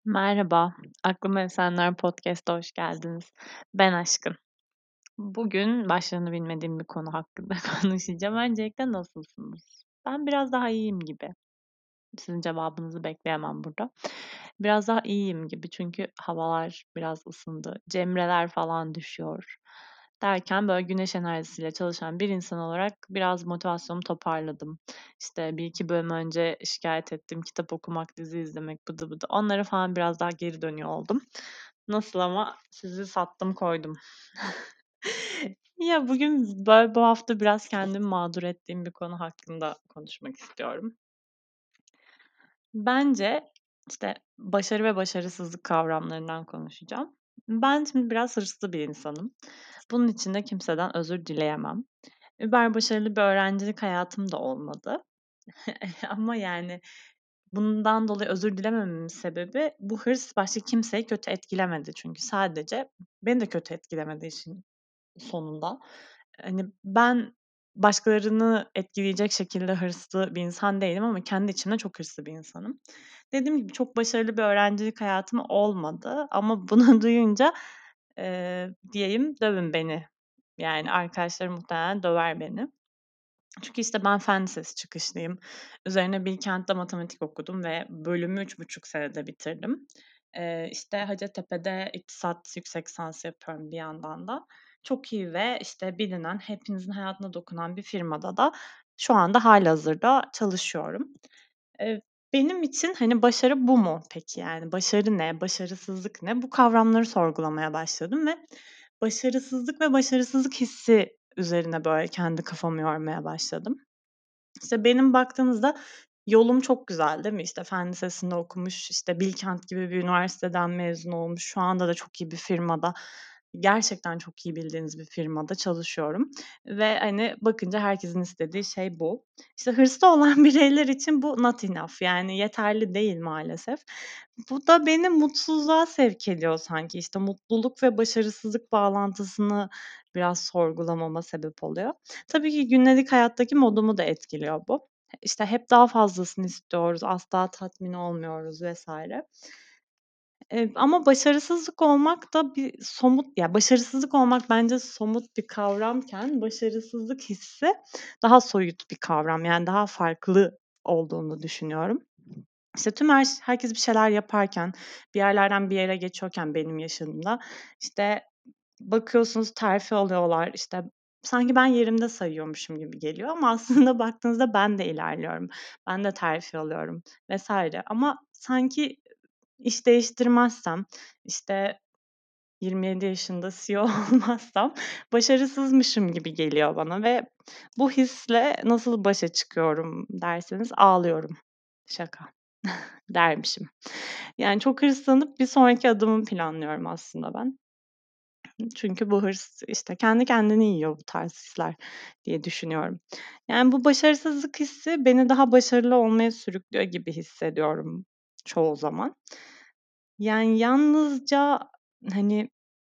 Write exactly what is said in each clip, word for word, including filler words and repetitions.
Merhaba, Aklıma Esenler Podcast'a hoş geldiniz. Ben Aşkın. Bugün başlarını bilmediğim bir konu hakkında konuşacağım. Öncelikle nasılsınız? Ben biraz daha iyiyim gibi. Sizin cevabınızı bekleyemem burada. Biraz daha iyiyim gibi çünkü havalar biraz ısındı. Cemreler falan düşüyor. Derken böyle güneş enerjisiyle çalışan bir insan olarak biraz motivasyonumu toparladım. İşte bir iki bölüm önce şikayet ettiğim kitap okumak, dizi izlemek, bıdı bıdı onlara falan biraz daha geri dönüyor oldum. Nasıl ama sizi sattım koydum. Ya bugün böyle bu hafta biraz kendimi mağdur ettiğim bir konu hakkında konuşmak istiyorum. Bence, işte, başarı ve başarısızlık kavramlarından konuşacağım. Ben şimdi biraz hırslı bir insanım. Bunun için de kimseden özür dileyemem. Über başarılı bir öğrencilik hayatım da olmadı. Ama, yani, bundan dolayı özür dilemememin sebebi bu hırs başka kimseyi kötü etkilemedi çünkü sadece beni de kötü etkilemedi işin sonunda. Hani, ben başkalarını etkileyecek şekilde hırslı bir insan değilim ama kendi içimde çok hırslı bir insanım. Dediğim gibi çok başarılı bir öğrencilik hayatım olmadı ama bunu duyunca, eee, diyeyim, dövün beni. Yani arkadaşlarım muhtemelen döver beni. Çünkü, işte, ben fen lisesi çıkışlıyım. Üzerine Bilkent'te matematik okudum ve bölümü üç buçuk senede bitirdim. Eee, işte, Hacettepe'de iktisat yüksek lisansı yapıyorum bir yandan da. Çok iyi ve, işte, bilinen, hepinizin hayatına dokunan bir firmada da şu anda hâlihazırda çalışıyorum. Eee, benim için, hani, başarı bu mu peki? Yani başarı ne, başarısızlık ne? Bu kavramları sorgulamaya başladım ve başarısızlık ve başarısızlık hissi üzerine, böyle, kendi kafamı yormaya başladım. İşte, benim baktığınızda yolum çok güzel, değil mi? İşte, fen lisesinde okumuş, işte, Bilkent gibi bir üniversiteden mezun olmuş, şu anda da çok iyi bir firmada, gerçekten çok iyi bildiğiniz bir firmada çalışıyorum ve, hani, bakınca herkesin istediği şey bu. İşte, hırslı olan bireyler için bu not enough, yani yeterli değil maalesef. Bu da beni mutsuzluğa sevk ediyor sanki. İşte, mutluluk ve başarısızlık bağlantısını biraz sorgulamama sebep oluyor. Tabii ki gündelik hayattaki modumu da etkiliyor bu. İşte, hep daha fazlasını istiyoruz, asla tatmin olmuyoruz vesaire. Eee, ama başarısızlık olmak da bir somut ya, başarısızlık olmak bence somut bir kavramken başarısızlık hissi daha soyut bir kavram. Yani daha farklı olduğunu düşünüyorum. İşte, tüm her herkes bir şeyler yaparken, bir yerlerden bir yere geçiyorken benim yaşımda, işte, bakıyorsunuz terfi alıyorlar, işte, sanki ben yerimde sayıyormuşum gibi geliyor ama aslında baktığınızda ben de ilerliyorum. Ben de terfi alıyorum vesaire ama sanki iş değiştirmezsem, işte, yirmi yedi yaşında C E O olmazsam başarısızmışım gibi geliyor bana ve bu hisle nasıl başa çıkıyorum derseniz ağlıyorum. Şaka. Dermişim. Yani çok hırslanıp bir sonraki adımımı planlıyorum aslında ben. Çünkü bu hırs, işte, kendi kendini yiyor bu tarz hisler diye düşünüyorum. Yani bu başarısızlık hissi beni daha başarılı olmaya sürüklüyor gibi hissediyorum çoğu zaman. Yani yalnızca, hani,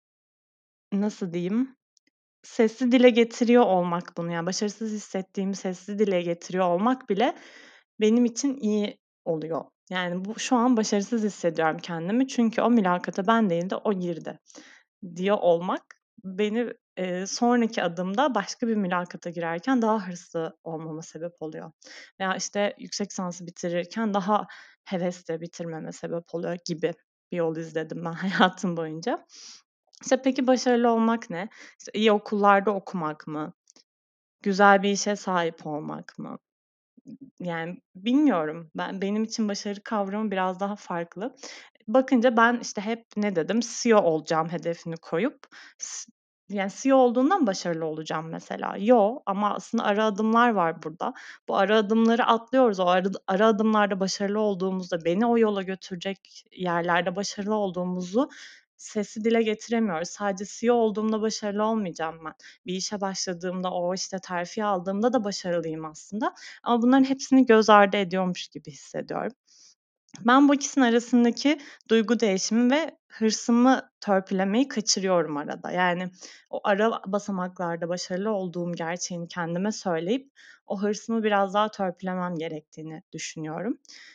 nasıl diyeyim, sesli dile getiriyor olmak bunu, yani başarısız hissettiğimi sesli dile getiriyor olmak bile benim için iyi oluyor. Yani bu şu an başarısız hissediyorum kendimi çünkü o mülakata ben değil de o girdi diyor olmak beni, eee, sonraki adımda başka bir mülakata girerken daha hırslı olmama sebep oluyor. Veya, işte, yüksek lisansı bitirirken daha hevesle bitirmeme sebep oluyor gibi bir yol izledim ben hayatım boyunca. İşte, peki başarılı olmak ne? İşte, iyi okullarda okumak mı? Güzel bir işe sahip olmak mı? Yani, bilmiyorum. Ben benim için başarı kavramı biraz daha farklı. Bakınca ben, işte, hep ne dedim? C E O olacağım hedefini koyup s yani, C E O olduğundan başarılı olacağım mesela. Yo, ama aslında ara adımlar var burada. Bu ara adımları atlıyoruz. O ara ara adımlarda başarılı olduğumuzda, beni o yola götürecek yerlerde başarılı olduğumuzu sesli dile getiremiyoruz. Sadece C E O olduğumda başarılı olmayacağım ben. Bir işe başladığımda, o, işte, terfi aldığımda da başarılıyım aslında ama bunların hepsini göz ardı ediyormuş gibi hissediyorum. Ben bu ikisinin arasındaki duygu değişimi ve hırsımı törpülemeyi kaçırıyorum arada. Yani o ara basamaklarda başarılı olduğum gerçeğini kendime söyleyip o hırsımı biraz daha törpülemem gerektiğini düşünüyorum.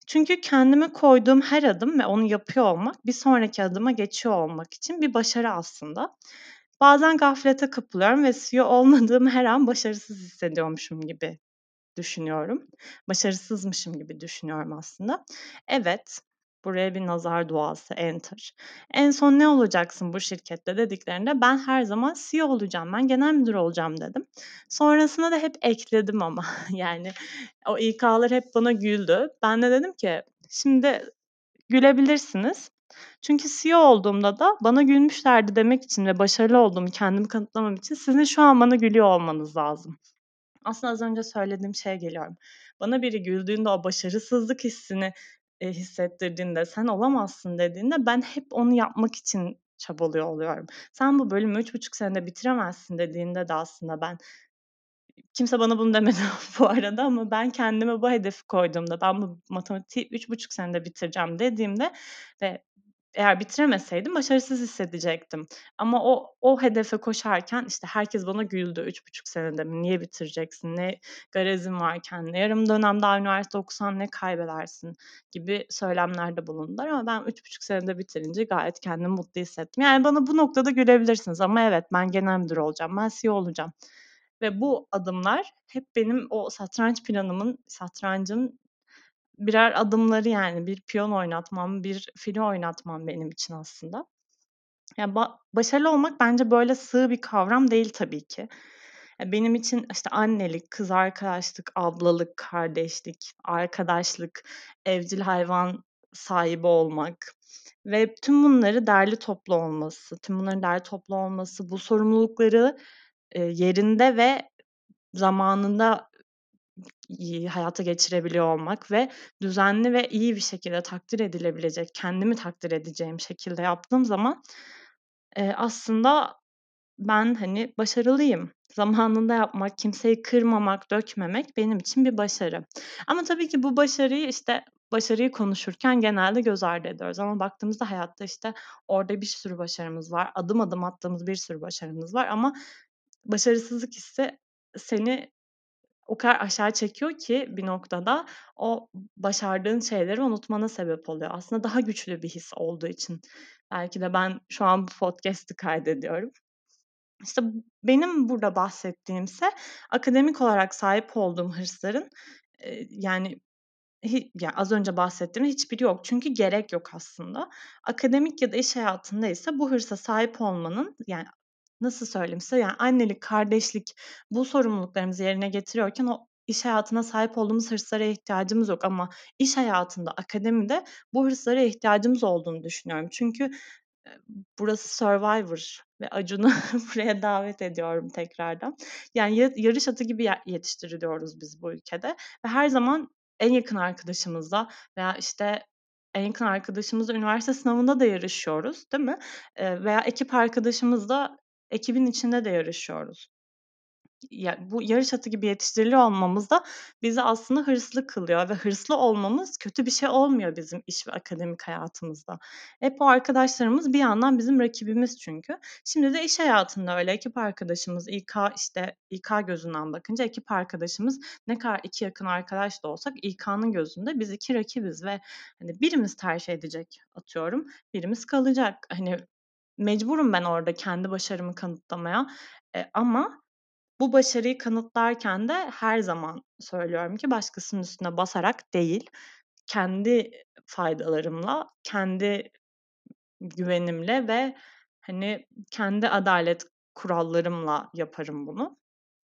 Çünkü kendime koyduğum her adım ve onu yapıyor olmak, bir sonraki adıma geçiyor olmak için bir başarı aslında. Bazen gaflete kapılıyorum ve C E O olmadığım her an başarısız hissediyormuşum gibi düşünüyorum. Başarısızmışım gibi düşünüyorum aslında. Evet, buraya bir nazar duası, enter. En son "Ne olacaksın bu şirkette?" dediklerinde ben her zaman C E O olacağım, ben genel müdür olacağım dedim. Sonrasında da hep ekledim ama yani o İK'lar hep bana güldü. Ben de dedim ki şimdi gülebilirsiniz. Çünkü C E O olduğumda da bana gülmüşlerdi demek için ve başarılı olduğumu kendimi kanıtlamam için sizin şu an bana gülüyor olmanız lazım. Aslında az önce söylediğim şeye geliyorum. Bana biri güldüğünde, o başarısızlık hissini, eee, hissettirdiğinde, "Sen olamazsın." dediğinde ben hep onu yapmak için çabalıyor oluyorum. "Sen bu bölümü üç buçuk senede bitiremezsin." dediğinde de aslında ben kimse bana bunu demedi bu arada ama ben kendime bu hedefi koyduğumda, ben bu matematiği üç buçuk senede bitireceğim dediğimde ve eğer bitiremeseydim başarısız hissedecektim. Ama o o hedefe koşarken, işte, herkes bana güldü. üç buçuk senede mi, niye bitireceksin, ne garezin var kendine, yarım dönem daha üniversite okusan ne kaybedersin gibi söylemlerde bulundular ama ben üç buçuk senede bitirince gayet kendimi mutlu hissettim. Yani bana bu noktada gülebilirsiniz ama evet, ben genel müdür olacağım, ben C E O olacağım ve bu adımlar hep benim o satranç planımın, satrancın birer adımları yani bir piyon oynatmam, bir file oynatmam benim için aslında. Ya, ba başarılı olmak bence böyle sığ bir kavram değil tabii ki. Ya, benim için, işte, annelik, kız arkadaşlık, ablalık, kardeşlik, arkadaşlık, evcil hayvan sahibi olmak ve tüm bunları derli toplu olması, tüm bunların derli toplu olması, bu sorumlulukları, eee, yerinde ve zamanında İyi hayata geçirebiliyor olmak ve düzenli ve iyi bir şekilde takdir edilebilecek, kendimi takdir edeceğim şekilde yaptığım zaman, eee, aslında ben, hani, başarılıyım. Zamanında yapmak, kimseyi kırmamak, dökmemek benim için bir başarı. Ama tabii ki bu başarıyı, işte, başarıyı konuşurken genelde göz ardı ediyoruz ama baktığımızda hayatta, işte, orada bir sürü başarımız var. Adım adım attığımız bir sürü başarımız var ama başarısızlık hissi seni o kadar aşağı çekiyor ki bir noktada o başardığın şeyleri unutmana sebep oluyor. Aslında daha güçlü bir his olduğu için belki de ben şu an bu podcast'i kaydediyorum. İşte, benim burada bahsettiğimse akademik olarak sahip olduğum hırsların, eee, yani, hi ya, az önce bahsettiğimin hiçbiri yok. Çünkü gerek yok aslında. Akademik ya da iş hayatında ise bu hırsa sahip olmanın, yani, nasıl söyleyeyim size, yani, annelik, kardeşlik, bu sorumluluklarımızı yerine getiriyorken o iş hayatına sahip olduğumuz hırslara ihtiyacımız yok ama iş hayatında, akademide bu hırslara ihtiyacımız olduğunu düşünüyorum. Çünkü Eee, burası Survivor ve Acun'u buraya davet ediyorum tekrardan. Yani ya yarış atı gibi ye yetiştiriliyoruz biz bu ülkede ve her zaman en yakın arkadaşımızla veya, işte, en yakın arkadaşımızla üniversite sınavında da yarışıyoruz, değil mi? Eee, veya ekip arkadaşımızla ekibin içinde de yarışıyoruz. Ya, bu yarış atı gibi yetiştiriliyor olmamız da bizi aslında hırslı kılıyor ve hırslı olmamız kötü bir şey olmuyor bizim iş ve akademik hayatımızda. Hep o arkadaşlarımız bir yandan bizim rakibimiz çünkü. Şimdi de iş hayatında öyle. Ekip arkadaşımız İK, işte, İK gözünden bakınca ekip arkadaşımız ne kadar iki yakın arkadaş da olsak İK'nın gözünde biz iki rakibiz ve, hani, birimiz tercih edecek atıyorum, birimiz kalacak. Hani, mecburum ben orada kendi başarımı kanıtlamaya, eee, ama bu başarıyı kanıtlarken de her zaman söylüyorum ki başkasının üstüne basarak değil, kendi faydalarımla, kendi güvenimle ve, hani, kendi adalet kurallarımla yaparım bunu.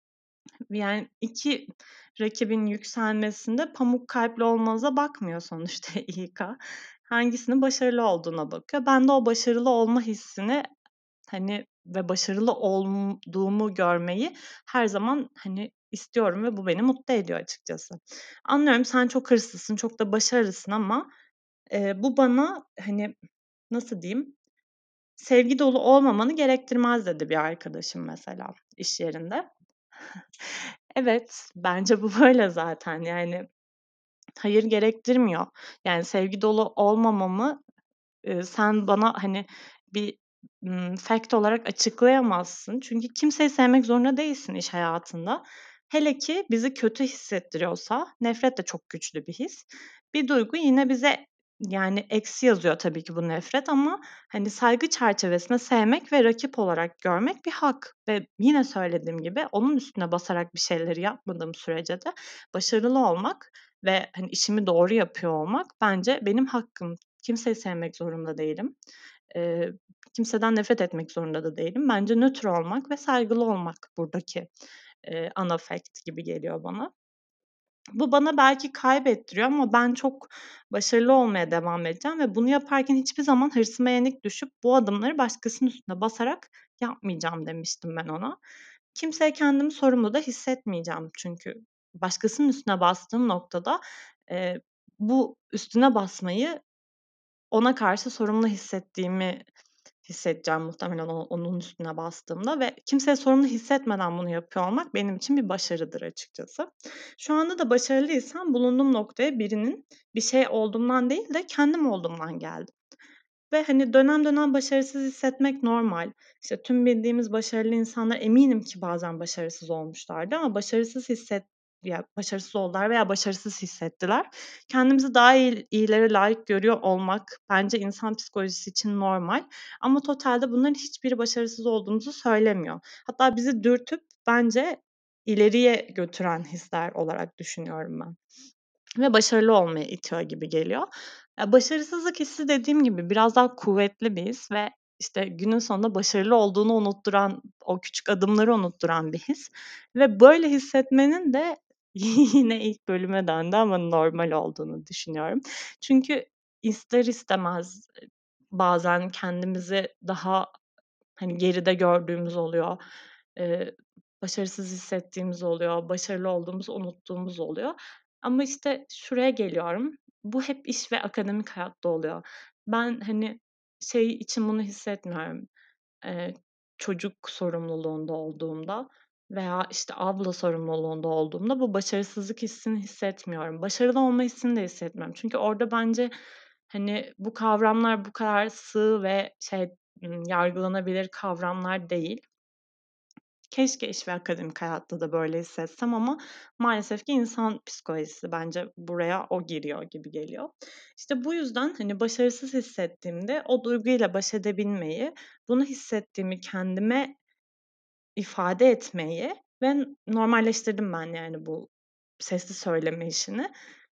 Yani iki rakibin yükselmesinde pamuk kalpli olmanıza bakmıyor sonuçta İK. Hangisinin başarılı olduğuna bakıyor. Ben de o başarılı olma hissini Hani, ve başarılı olduğumu görmeyi her zaman, hani, istiyorum ve bu beni mutlu ediyor açıkçası. Anlıyorum sen çok hırslısın, çok da başarılısın ama, eee, bu bana, hani, nasıl diyeyim, sevgi dolu olmamanı gerektirmez dedi bir arkadaşım mesela iş yerinde. Evet, bence bu böyle zaten yani hayır gerektirmiyor. Yani sevgi dolu olmamamı Eee, sen bana, hani, bir, ımm, fact olarak açıklayamazsın. Çünkü kimseyi sevmek zorunda değilsin iş hayatında. Hele ki bizi kötü hissettiriyorsa, nefret de çok güçlü bir his. bir duygu yine bize, yani, eksi yazıyor tabii ki bu nefret ama, hani, saygı çerçevesinde sevmek ve rakip olarak görmek bir hak ve yine söylediğim gibi onun üstüne basarak bir şeyleri yapmadığım sürece de başarılı olmak ve, hani, işimi doğru yapıyor olmak bence benim hakkım. Kimseyi sevmek zorunda değilim. Eee, kimseden nefret etmek zorunda da değilim. Bence nötr olmak ve saygılı olmak buradaki, eee, ana fact gibi geliyor bana. Bu bana belki kaybettiriyor ama ben çok başarılı olmaya devam edeceğim ve bunu yaparken hiçbir zaman hırsıma yenik düşüp bu adımları başkasının üstüne basarak yapmayacağım demiştim ben ona. Kimseye kendimi sorumlu da hissetmeyeceğim çünkü başkasının üstüne bastığım noktada, eee, bu üstüne basmayı ona karşı sorumlu hissettiğimi hissedeceğim muhtemelen o onun üstüne bastığımda ve kimseye sorumlu hissetmeden bunu yapıyor olmak benim için bir başarıdır açıkçası. Şu anda da başarılıysam bulunduğum noktaya birinin bir şey olduğumdan değil de kendim olduğumdan geldim. Ve, hani, dönem dönem başarısız hissetmek normal. İşte, tüm bildiğimiz başarılı insanlar eminim ki bazen başarısız olmuşlardır ama başarısız hisset ya, başarısız oldular veya başarısız hissettiler. Kendimizi daha iyi iyilere layık görüyor olmak bence insan psikolojisi için normal ama totalde bunların hiçbiri başarısız olduğumuzu söylemiyor. Hatta bizi dürtüp bence ileriye götüren hisler olarak düşünüyorum ben. Ve başarılı olmaya itiyor gibi geliyor. Ya, başarısızlık hissi dediğim gibi biraz daha kuvvetli bir his ve, işte, günün sonunda başarılı olduğunu unutturan, o küçük adımları unutturan bir his ve böyle hissetmenin de yine ilk bölüme döndü ama normal olduğunu düşünüyorum. Çünkü ister istemez, eee, bazen kendimizi daha, hani, geride gördüğümüz oluyor. Eee, başarısız hissettiğimiz oluyor, başarılı olduğumuzu unuttuğumuz oluyor. Ama, işte, şuraya geliyorum, bu hep iş ve akademik hayatta oluyor. Ben, hani, şey için bunu hissetmiyorum, eee, çocuk sorumluluğunda olduğumda veya, işte, abla sorumluluğunda olduğumda bu başarısızlık hissini hissetmiyorum. Başarılı olma hissini de hissetmiyorum. Çünkü orada bence, hani, bu kavramlar bu kadar sığ ve şey, ımm, yargılanabilir kavramlar değil. Keşke iş ve akademik hayatta da böyle hissetsem ama maalesef ki insan psikolojisi bence buraya o giriyor gibi geliyor. İşte bu yüzden, hani, başarısız hissettiğimde o duyguyla baş edebilmeyi, bunu hissettiğimi kendime ifade etmeyi ve normalleştirdim ben, yani, bu sesli söyleme işini.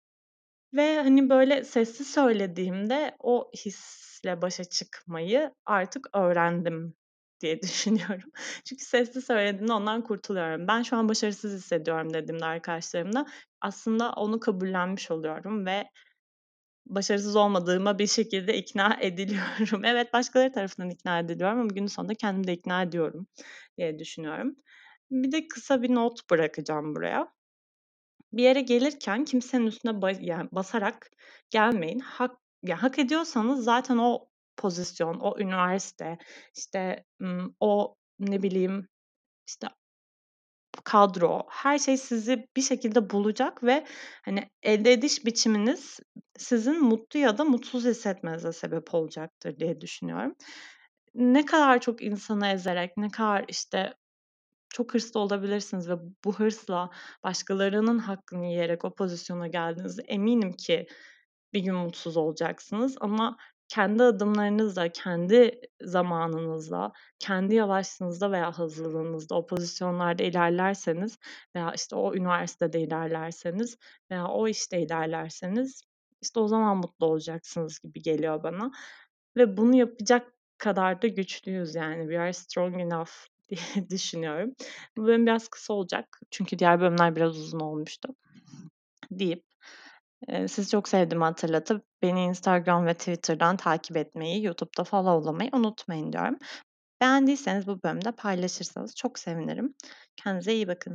Ve, hani, böyle, sesli söylediğimde o hisle başa çıkmayı artık öğrendim diye düşünüyorum. Çünkü sesli söylediğimde ondan kurtuluyorum. "Ben şu an başarısız hissediyorum." dediğimde arkadaşlarımla aslında onu kabullenmiş oluyorum ve başarısız olmadığıma bir şekilde ikna ediliyorum. Evet, başkaları tarafından ikna ediliyorum ama günün sonunda kendimi de ikna ediyorum diye düşünüyorum. Bir de kısa bir not bırakacağım buraya. Bir yere gelirken kimsenin üstüne ba yani, basarak gelmeyin. Hak ya, hak ediyorsanız zaten o pozisyon, o üniversite, işte, ımm, o, ne bileyim, işte, kadro, her şey sizi bir şekilde bulacak ve, hani, elde ediş biçiminiz sizin mutlu ya da mutsuz hissetmenize sebep olacaktır diye düşünüyorum. Ne kadar çok insanı ezerek, ne kadar, işte, çok hırslı olabilirsiniz ve bu hırsla başkalarının hakkını yiyerek o pozisyona geldiğinizde eminim ki bir gün mutsuz olacaksınız ama kendi adımlarınızla, kendi zamanınızla, kendi yavaşlığınızda veya hızlılığınızda o pozisyonlarda ilerlerseniz veya, işte, o üniversitede ilerlerseniz veya o işte ilerlerseniz, işte, o zaman mutlu olacaksınız gibi geliyor bana ve bunu yapacak kadar da güçlüyüz yani. We are strong enough diye düşünüyorum. Bu bölüm biraz kısa olacak çünkü diğer bölümler biraz uzun olmuştu deyip, eee, sizi çok sevdiğimi hatırlatıp beni Instagram ve Twitter'dan takip etmeyi, YouTube'da follow'lamayı unutmayın diyorum. Beğendiyseniz bu bölümü de paylaşırsanız çok sevinirim. Kendinize iyi bakın.